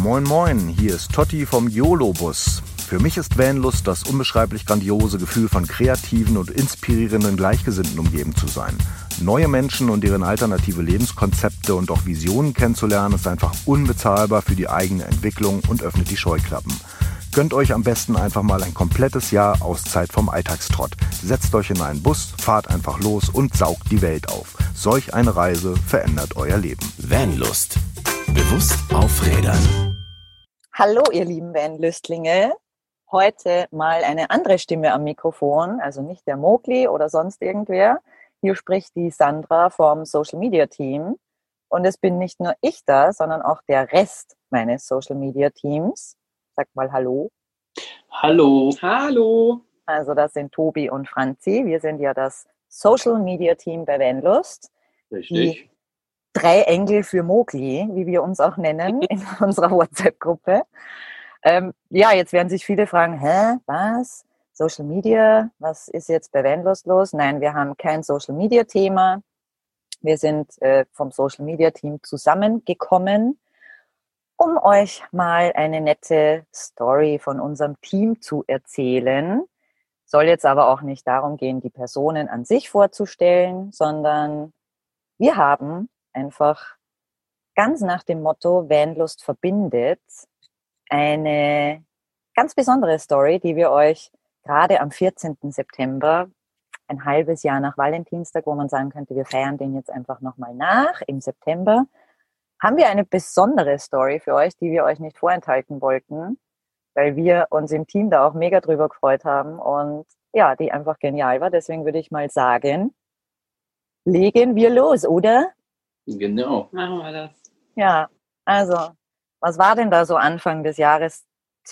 Moin moin, hier ist Totti vom YOLO-Bus. Für mich ist Vanlust das unbeschreiblich grandiose Gefühl, von kreativen und inspirierenden Gleichgesinnten umgeben zu sein. Neue Menschen und deren alternative Lebenskonzepte und auch Visionen kennenzulernen, ist einfach unbezahlbar für die eigene Entwicklung und öffnet die Scheuklappen. Gönnt euch am besten einfach mal ein komplettes Jahr Auszeit vom Alltagstrott. Setzt euch in einen Bus, fahrt einfach los und saugt die Welt auf. Solch eine Reise verändert euer Leben. Vanlust. Bewusst aufrädern. Hallo ihr lieben Vanlüstlinge. Heute mal eine andere Stimme am Mikrofon, also nicht der Mogli oder sonst irgendwer. Hier spricht die Sandra vom Social Media Team. Und es bin nicht nur ich da, sondern auch der Rest meines Social Media Teams. Sag mal Hallo. Hallo. Hallo. Also das sind Tobi und Franzi. Wir sind ja das Social Media Team bei Vanlust. Richtig. Die 3 Engel für Mogli, wie wir uns auch nennen, in unserer WhatsApp-Gruppe. Jetzt werden sich viele fragen, was? Social Media? Was ist jetzt bei Vanlust los? Nein, wir haben kein Social Media Thema. Wir sind vom Social Media Team zusammengekommen, um euch mal eine nette Story von unserem Team zu erzählen. Soll jetzt aber auch nicht darum gehen, die Personen an sich vorzustellen, sondern wir haben einfach ganz nach dem Motto Vanlust verbindet eine ganz besondere Story, die wir euch gerade am 14. September, ein halbes Jahr nach Valentinstag, wo man sagen könnte, wir feiern den jetzt einfach nochmal nach, im September, haben wir eine besondere Story für euch, die wir euch nicht vorenthalten wollten, weil wir uns im Team da auch mega drüber gefreut haben und ja, die einfach genial war. Deswegen würde ich mal sagen, legen wir los, oder? Genau. Machen wir das. Ja, also, was war denn da so Anfang des Jahres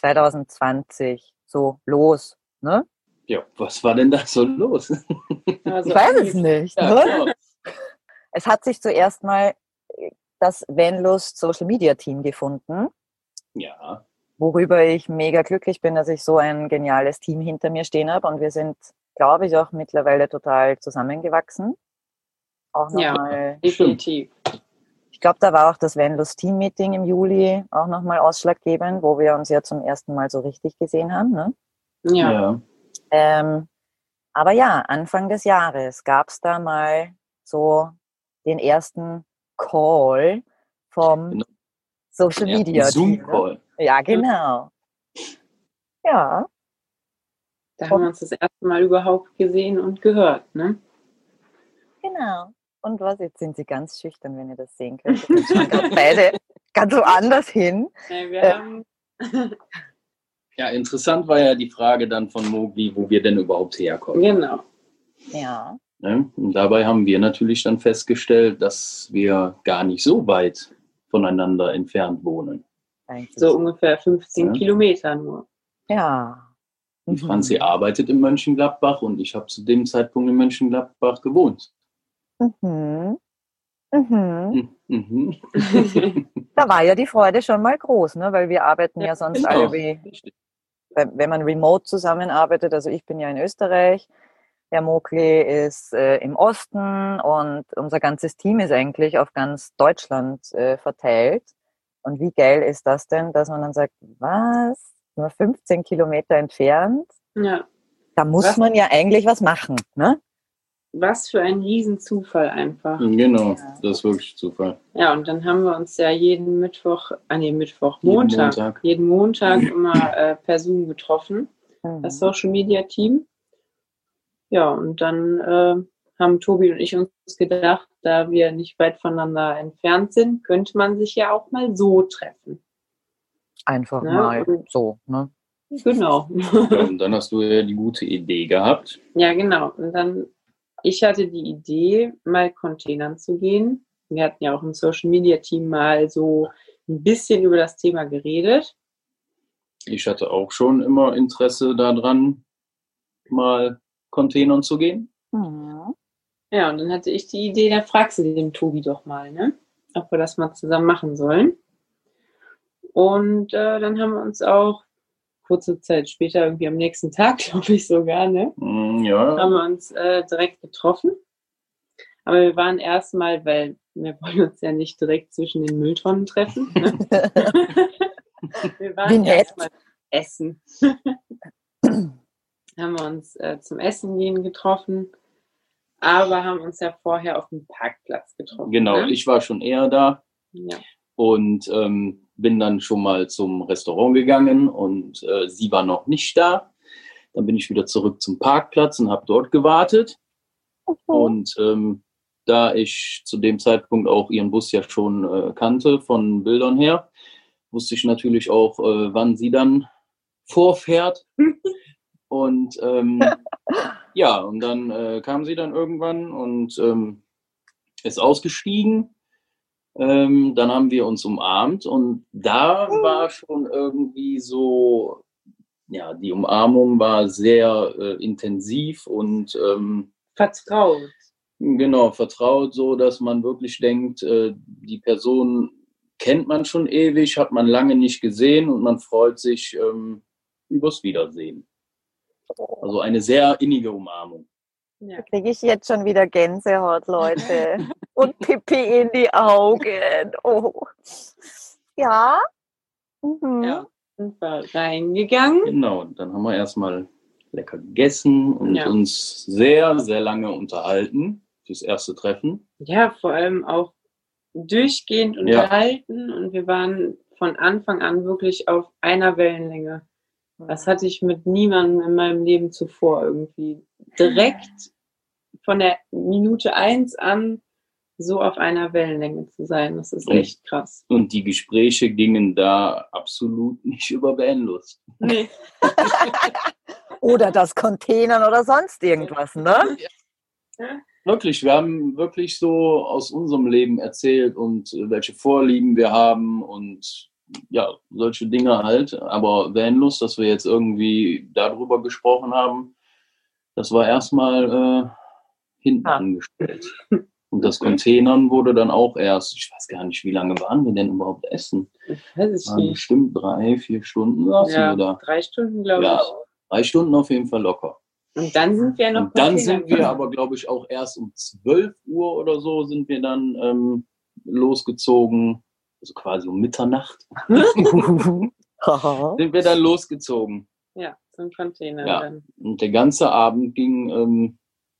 2020 so los, ne? Ja, was war denn da so los? Also Ich weiß es nicht. Ja, Ne? genau. Es hat sich zuerst mal das Vanlust Social Media Team gefunden, Ja. worüber ich mega glücklich bin, dass ich so ein geniales Team hinter mir stehen habe. Und wir sind, glaube ich, auch mittlerweile total zusammengewachsen. Auch nochmal. definitiv. Ich glaube, da war auch das Vanlust Team Meeting im Juli auch nochmal ausschlaggebend, wo wir uns ja zum ersten Mal so richtig gesehen haben. Ne? Ja. Aber ja, Anfang des Jahres gab es da mal so den ersten Call vom Genau. Social Media Team. Zoom-Call. Ne? Ja, genau. Ja, Da haben wir uns das erste Mal überhaupt gesehen und gehört, ne? genau. Und was, jetzt sind sie ganz schüchtern, wenn ihr das sehen könnt. Wir schauen gerade beide ganz woanders hin. Wir haben Ja, interessant war ja die Frage dann von Mogli, wo wir denn überhaupt herkommen. genau. Ja, Ne? Und dabei haben wir natürlich dann festgestellt, dass wir gar nicht so weit voneinander entfernt wohnen. eigentlich. So ungefähr 15 Ja. Kilometer nur. Ja. Und Franzi arbeitet in Mönchengladbach und ich habe zu dem Zeitpunkt in Mönchengladbach gewohnt. Mhm. Mhm. Mhm. Da war ja die Freude schon mal groß, ne? Weil wir arbeiten ja sonst Genau. alle wenn man remote zusammenarbeitet. Also ich bin ja in Österreich, der Mogli ist im Osten und unser ganzes Team ist eigentlich auf ganz Deutschland verteilt. Und wie geil ist das denn, dass man dann sagt, was? Nur 15 Kilometer entfernt? Ja. Da muss Was? man ja eigentlich was machen, ne? Was für ein Riesenzufall einfach. Genau, das ist wirklich Zufall. Ja, und dann haben wir uns ja jeden Montag immer per Zoom getroffen, das Social Media Team. Ja, und dann haben Tobi und ich uns gedacht, da wir nicht weit voneinander entfernt sind, könnte man sich ja auch mal so treffen. Einfach Ja, mal und- so, ne? Genau. Ja, und dann hast du ja die gute Idee gehabt. Ja, genau. Und dann, ich hatte die Idee, mal Containern zu gehen. Wir hatten ja auch im Social Media Team mal so ein bisschen über das Thema geredet. Ich hatte auch schon immer Interesse daran, mal Containern zu gehen. Mhm. Ja, und dann hatte ich die Idee, da fragst du den Tobi doch mal, ne? Ob wir das mal zusammen machen sollen. Und dann haben wir uns auch kurze Zeit später, irgendwie am nächsten Tag, glaube ich sogar, ne? Ja, Haben wir uns direkt getroffen. Aber wir waren erstmal, weil wir wollen uns ja nicht direkt zwischen den Mülltonnen treffen, ne? Wir Wie waren nett. erstmal essen. Haben wir uns zum Essen gehen getroffen, aber haben uns ja vorher auf dem Parkplatz getroffen. Genau, Ne? ich war schon eher da Ja. und bin dann schon mal zum Restaurant gegangen und sie war noch nicht da. Dann bin ich wieder zurück zum Parkplatz und habe dort gewartet. Und da ich zu dem Zeitpunkt auch ihren Bus ja schon kannte von Bildern her, wusste ich natürlich auch, wann sie dann vorfährt. Und ja, und dann kam sie dann irgendwann und ist ausgestiegen. Dann haben wir uns umarmt und da war schon irgendwie so, ja, die Umarmung war sehr intensiv und Vertraut. genau, vertraut, so dass man wirklich denkt, die Person kennt man schon ewig, hat man lange nicht gesehen und man freut sich übers Wiedersehen. Also eine sehr innige Umarmung. Ja. Da kriege ich jetzt schon wieder Gänsehaut, Leute. Und Pipi in die Augen. Oh. Ja. Mhm. Ja, sind wir reingegangen. Genau, dann haben wir erstmal lecker gegessen und Ja. uns sehr, sehr lange unterhalten fürs erste Treffen. Ja, vor allem auch durchgehend unterhalten und wir waren von Anfang an wirklich auf einer Wellenlänge. Das hatte ich mit niemandem in meinem Leben zuvor irgendwie. Direkt von der Minute 1 an so auf einer Wellenlänge zu sein, das ist echt krass. Und die Gespräche gingen da absolut nicht über Vanlust. Nee. Oder das Containern oder sonst irgendwas, ne? Wirklich, wir haben wirklich so aus unserem Leben erzählt und welche Vorlieben wir haben und ja, solche Dinge halt. Aber Vanlust, dass wir jetzt irgendwie darüber gesprochen haben, das war erstmal hinten angestellt. Und das Containern wurde dann auch erst, ich weiß gar nicht, wie lange waren wir denn überhaupt essen? Ich weiß es nicht. Bestimmt 3-4 Stunden saßen wir da. 3 Stunden, glaube Ja, ich. 3 Stunden auf jeden Fall locker. Und dann sind wir noch Und dann Container sind wir gefahren. aber, glaube ich, auch erst um 12 Uhr oder so sind wir dann losgezogen. Also quasi um Mitternacht sind wir dann losgezogen. Ja, zum Container Ja. dann. Und der ganze Abend ging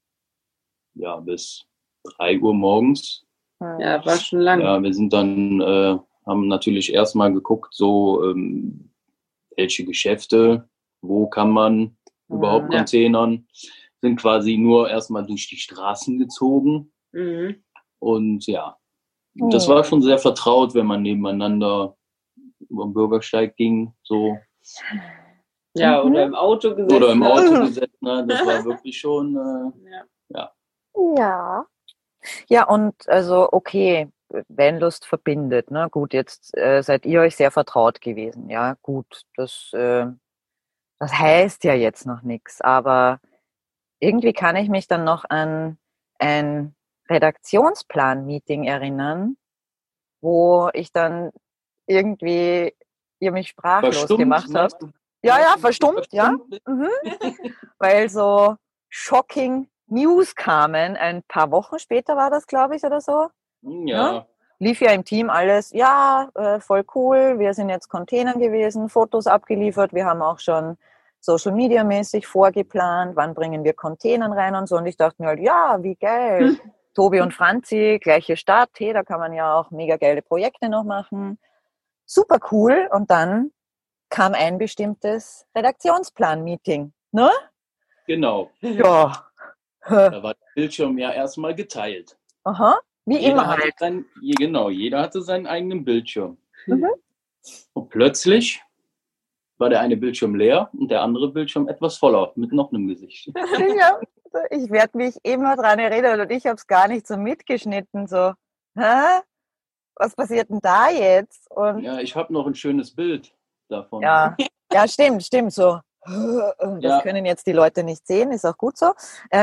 bis 3 Uhr morgens. Ja, war schon lang. Ja, wir sind dann, haben natürlich erstmal geguckt, so welche Geschäfte, wo kann man überhaupt Ja. containern. Sind quasi nur erstmal durch die Straßen gezogen. Mhm. Und ja, das war schon sehr vertraut, wenn man nebeneinander über den Bürgersteig ging, so. Ja, oder im Auto gesessen. Oder im hat. Auto gesessen, ne? Das war wirklich schon, Ja. Ja. Ja, und also okay, Vanlust verbindet, ne? Gut, jetzt seid ihr euch sehr vertraut gewesen. Ja, gut, das heißt ja jetzt noch nichts, aber irgendwie kann ich mich dann noch an ein Redaktionsplan-Meeting erinnern, wo ich dann irgendwie ihr mich sprachlos verstummt, gemacht meinst habt. du? Ja, verstummt, ja. Mhm. Weil so shocking News kamen. Ein paar Wochen später war das, glaube ich, oder so. Ja, Lief ja im Team alles, ja, voll cool. Wir sind jetzt Containern gewesen, Fotos abgeliefert. Wir haben auch schon Social Media mäßig vorgeplant, wann bringen wir Containern rein und so. Und ich dachte mir halt, ja, wie geil. Tobi und Franzi, gleiche Stadt, hey, da kann man ja auch mega geile Projekte noch machen. Super cool. Und dann kam ein bestimmtes Redaktionsplan-Meeting, ne? genau. Ja. Da war der Bildschirm ja erstmal geteilt. Aha, wie immer halt. Jeder hatte seinen eigenen Bildschirm. Mhm. Und plötzlich war der eine Bildschirm leer und der andere Bildschirm etwas voller, mit noch einem Gesicht. Ja, ich werde mich immer dran erinnern und ich habe es gar nicht so mitgeschnitten. So, hä? Was passiert denn da jetzt? Und Ja, ich habe noch ein schönes Bild davon. ja, stimmt. So, das Ja. können jetzt die Leute nicht sehen, ist auch gut so.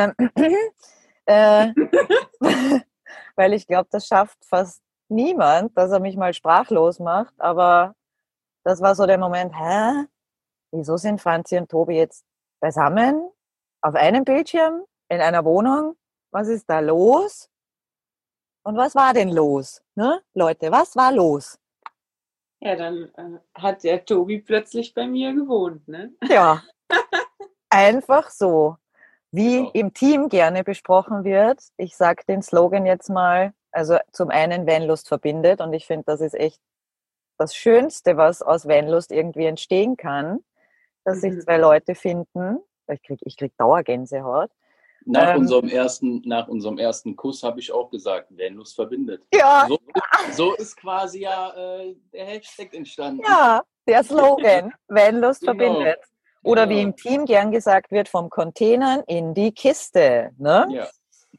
Weil ich glaube, das schafft fast niemand, dass er mich mal sprachlos macht. Aber das war so der Moment, hä? Wieso sind Franzi und Tobi jetzt beisammen? Auf einem Bildschirm? In einer Wohnung? Was ist da los? Und was war denn los? Ne? Leute, was war los? Ja, dann hat der Tobi plötzlich bei mir gewohnt, ne? Ja, einfach so. Wie Genau. im Team gerne besprochen wird. Ich sage den Slogan jetzt mal, also zum einen Vanlust verbindet und ich finde, das ist echt das Schönste, was aus Vanlust irgendwie entstehen kann, dass sich zwei Leute finden. Ich krieg Dauergänsehaut. Nach unserem ersten Kuss habe ich auch gesagt, Vanlust verbindet. Ja. So ist quasi ja der Hashtag entstanden. Ja, der Slogan, Vanlust Genau. verbindet. Oder Genau. wie im Team gern gesagt wird, vom Containern in die Kiste. Ne? Ja.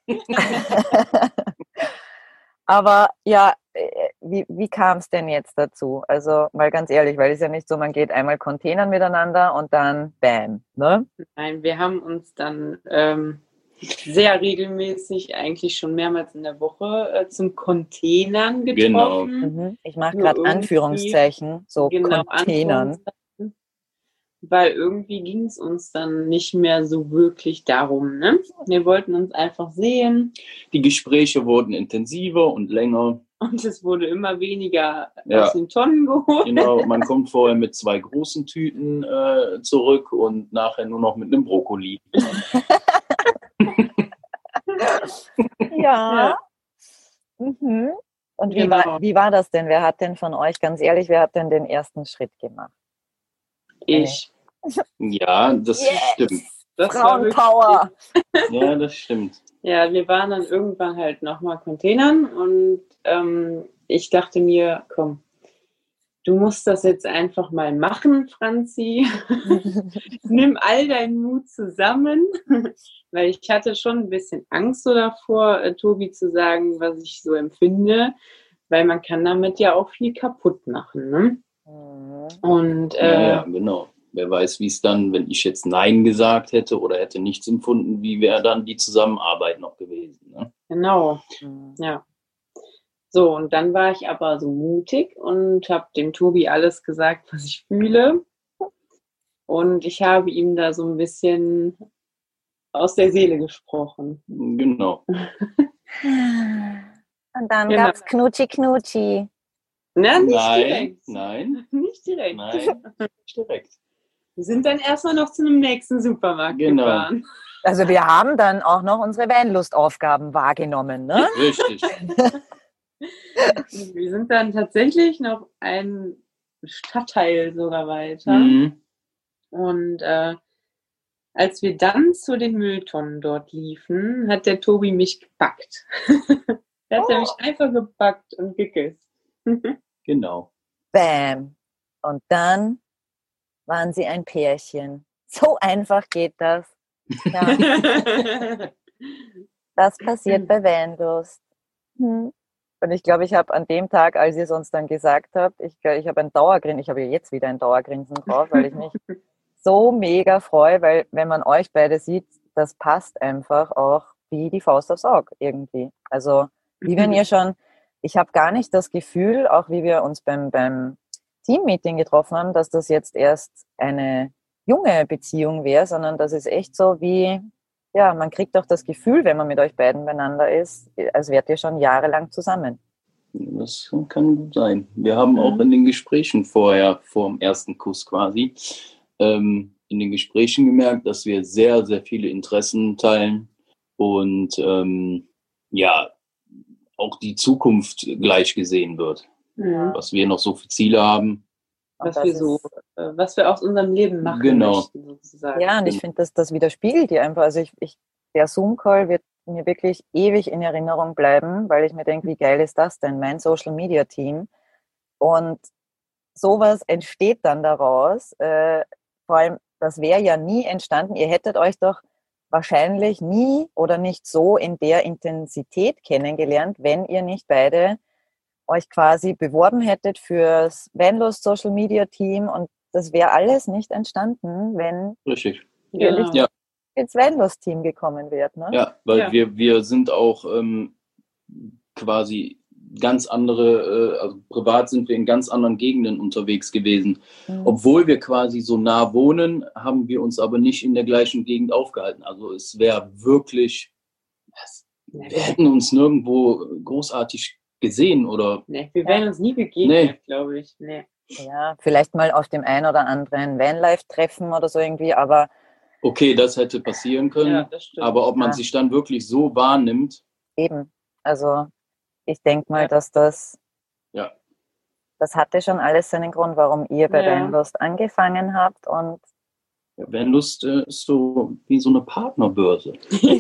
Aber ja, wie kam es denn jetzt dazu? Also mal ganz ehrlich, weil es ist ja nicht so, man geht einmal Containern miteinander und dann bam. Ne? Nein, wir haben uns dann sehr regelmäßig, eigentlich schon mehrmals in der Woche, zum Containern getroffen. Ich mache Nur gerade irgendwie- Anführungszeichen, so Genau, Containern. Anführungszeichen. Weil irgendwie ging es uns dann nicht mehr so wirklich darum. Ne? Wir wollten uns einfach sehen Die Gespräche wurden intensiver und länger. und es wurde immer weniger Ja. aus den Tonnen geholt. Genau, man kommt vorher mit 2 großen Tüten zurück und nachher nur noch mit einem Brokkoli. Ja. Mhm. Und Genau. wie war das denn? Wer hat denn von euch, ganz ehrlich, wer hat denn den ersten Schritt gemacht? Ich. Ja, das stimmt. Das war wirklich- Frauenpower. Ja, das stimmt. Ja, wir waren dann irgendwann halt nochmal Containern und ich dachte mir, komm, du musst das jetzt einfach mal machen, Franzi. Nimm all deinen Mut zusammen, weil ich hatte schon ein bisschen Angst so davor, Tobi zu sagen, was ich so empfinde, weil man kann damit ja auch viel kaputt machen. Ne? Und Ja, genau. Wer weiß, wie es dann, wenn ich jetzt Nein gesagt hätte oder hätte nichts empfunden, wie wäre dann die Zusammenarbeit noch gewesen. Ne? genau, ja. So, und dann war ich aber so mutig und habe dem Tobi alles gesagt, was ich fühle. Und ich habe ihm da so ein bisschen aus der Seele gesprochen. Genau. Und dann Genau. gab's Knutschi. Na, nicht Nein, direkt. nein, Nicht direkt. nein, nicht direkt. Wir sind dann erstmal noch zu einem nächsten Supermarkt Genau. gefahren. Also wir haben dann auch noch unsere Vanlust-Aufgaben wahrgenommen, ne? Richtig. Wir sind dann tatsächlich noch einen Stadtteil sogar weiter. Mhm. Und als wir dann zu den Mülltonnen dort liefen, hat der Tobi mich gepackt. Er hat mich einfach gepackt und geküsst. Genau. Bam. Und dann waren sie ein Pärchen. So einfach geht das. Ja, das passiert bei Vanlust. Und ich glaube, ich habe an dem Tag, als ihr es uns dann gesagt habt, ich habe ein Dauergrinsen, ich habe ja jetzt wieder ein Dauergrinsen drauf, weil ich mich so mega freue, weil wenn man euch beide sieht, das passt einfach auch wie die Faust aufs Auge irgendwie. Also wie wenn ihr schon, ich habe gar nicht das Gefühl, auch wie wir uns beim Teammeeting getroffen haben, dass das jetzt erst eine junge Beziehung wäre, sondern das ist echt so wie, ja, man kriegt auch das Gefühl, wenn man mit euch beiden beieinander ist, als wärt ihr schon jahrelang zusammen. Das kann gut sein. Wir haben auch in den Gesprächen vorher, vor dem ersten Kuss quasi, in den Gesprächen gemerkt, dass wir sehr, sehr viele Interessen teilen und ja, auch die Zukunft gleich gesehen wird. Ja. Was wir noch so für Ziele haben. Und Was wir aus unserem Leben machen Genau. möchten, sozusagen. Ja, und ich finde, das widerspiegelt ihr einfach. Also der Zoom-Call wird mir wirklich ewig in Erinnerung bleiben, weil ich mir denke, wie geil ist das denn, mein Social-Media-Team? Und sowas entsteht dann daraus. Vor allem, das wäre ja nie entstanden. Ihr hättet euch doch wahrscheinlich nie oder nicht so in der Intensität kennengelernt, wenn ihr nicht beide euch quasi beworben hättet fürs Vanlust Social Media Team und das wäre alles nicht entstanden, wenn Richtig. ihr Genau. nicht Ja. ins Vanlust Team gekommen wärt. Ne? Ja, weil Ja. wir sind auch quasi ganz andere, also privat sind wir in ganz anderen Gegenden unterwegs gewesen. Obwohl wir quasi so nah wohnen, haben wir uns aber nicht in der gleichen Gegend aufgehalten. Also es wäre wirklich, wir hätten uns nirgendwo großartig gesehen oder. Nee, wir wären uns nie begegnet, glaube ich. Nee. Ja, vielleicht mal auf dem ein oder anderen Vanlife-Treffen oder so irgendwie, aber Okay, das hätte passieren können, Ja, das stimmt. aber ob man sich dann wirklich so wahrnimmt, eben. Also ich denke mal, Ja. dass das ja, hatte schon alles seinen Grund, warum ihr bei Ja. Vanlust angefangen habt. Und Vanlust ist so wie so eine Partnerbörse.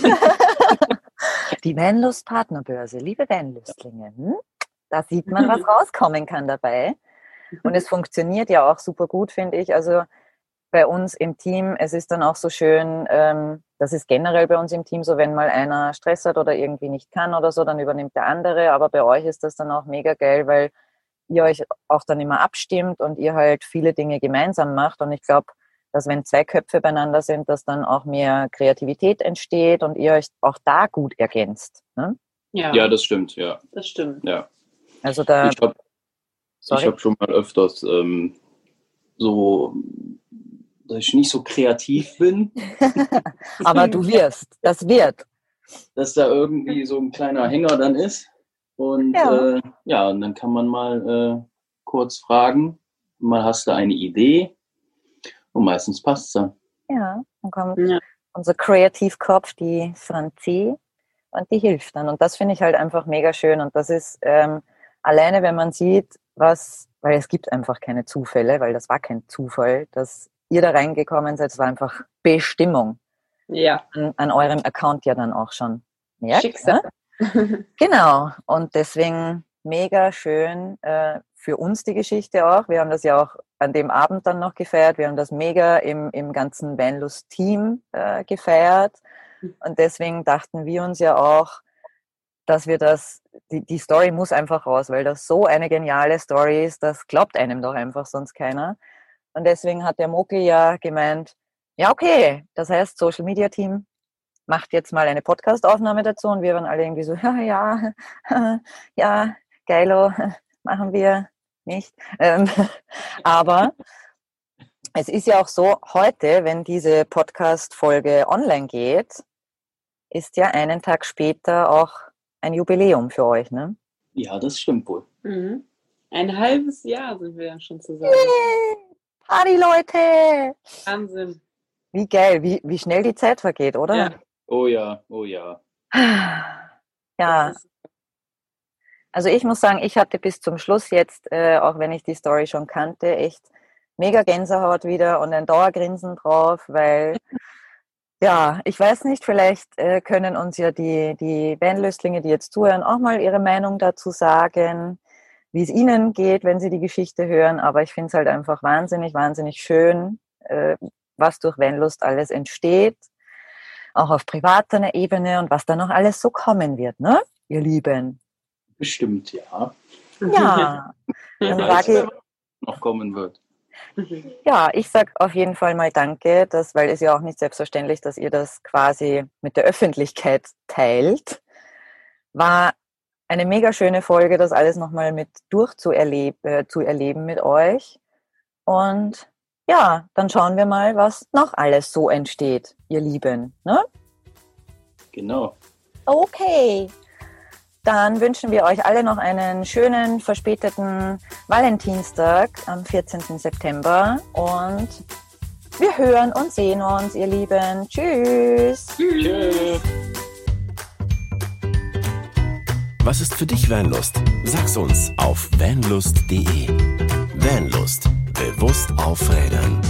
die Vanlust Partnerbörse, liebe Vanlustlinge, da sieht man, was rauskommen kann dabei. Und es funktioniert ja auch super gut, finde ich. Also bei uns im Team, es ist dann auch so schön, das ist generell bei uns im Team so, wenn mal einer Stress hat oder irgendwie nicht kann oder so, dann übernimmt der andere. Aber bei euch ist das dann auch mega geil, weil ihr euch auch dann immer abstimmt und ihr halt viele Dinge gemeinsam macht. Und ich glaube, dass wenn zwei Köpfe beieinander sind, dass dann auch mehr Kreativität entsteht und ihr euch auch da gut ergänzt. Ne? Ja, das stimmt, ja. Das stimmt. Ja. Also da, Ich habe schon mal öfters so, dass ich nicht so kreativ bin, aber du wirst, das wird. dass da irgendwie so ein kleiner Hänger dann ist. Und und dann kann man mal kurz fragen, mal hast du eine Idee und meistens passt es dann. Ja, dann kommt unser Kreativkopf, die Franzi, und die hilft dann. Und das finde ich halt einfach mega schön. Und das ist alleine, wenn man sieht, weil es gibt einfach keine Zufälle, weil das war kein Zufall, dass ihr da reingekommen seid, es war einfach Bestimmung. Ja. An eurem Account ja dann auch schon. Merkt, Schicksal. ne? Genau. Und deswegen mega schön für uns die Geschichte auch. Wir haben das ja auch an dem Abend dann noch gefeiert. Wir haben das mega im ganzen Vanlust-Team gefeiert. Und deswegen dachten wir uns ja auch, dass wir die Story muss einfach raus, weil das so eine geniale Story ist, das glaubt einem doch einfach sonst keiner. Und deswegen hat der Mokli ja gemeint, ja okay, das heißt Social Media Team macht jetzt mal eine Podcast-Aufnahme dazu und wir waren alle irgendwie so, ja, geilo, machen wir nicht. Aber es ist ja auch so, heute, wenn diese Podcast-Folge online geht, ist ja einen Tag später auch ein Jubiläum für euch, ne? Ja, das stimmt wohl. Mhm. Ein halbes Jahr sind wir dann schon zusammen. Party, Leute! Wahnsinn. Wie geil, wie schnell die Zeit vergeht, oder? Ja. Oh ja, oh ja. Ja, also ich muss sagen, ich hatte bis zum Schluss jetzt, auch wenn ich die Story schon kannte, echt mega Gänsehaut wieder und ein Dauergrinsen drauf, weil, ja, ich weiß nicht, vielleicht können uns ja die Vanlustlinge, die jetzt zuhören, auch mal ihre Meinung dazu sagen, wie es ihnen geht, wenn sie die Geschichte hören. Aber ich finde es halt einfach wahnsinnig, wahnsinnig schön, was durch Vanlust alles entsteht, auch auf privater Ebene und was da noch alles so kommen wird, ne, ihr Lieben? Bestimmt, ja. Ja, dann sage ich, Noch kommen wird. ja, ich sage auf jeden Fall mal Danke, weil es ja auch nicht selbstverständlich, dass ihr das quasi mit der Öffentlichkeit teilt. War eine mega schöne Folge, das alles nochmal mit zu erleben mit euch. Und ja, dann schauen wir mal, was noch alles so entsteht, ihr Lieben. Ne? Genau. Okay. Dann wünschen wir euch alle noch einen schönen, verspäteten Valentinstag am 14. September und wir hören und sehen uns, ihr Lieben. Tschüss! Tschüss. Was ist für dich Vanlust? Sag's uns auf vanlust.de. Vanlust. Bewusst aufrädern.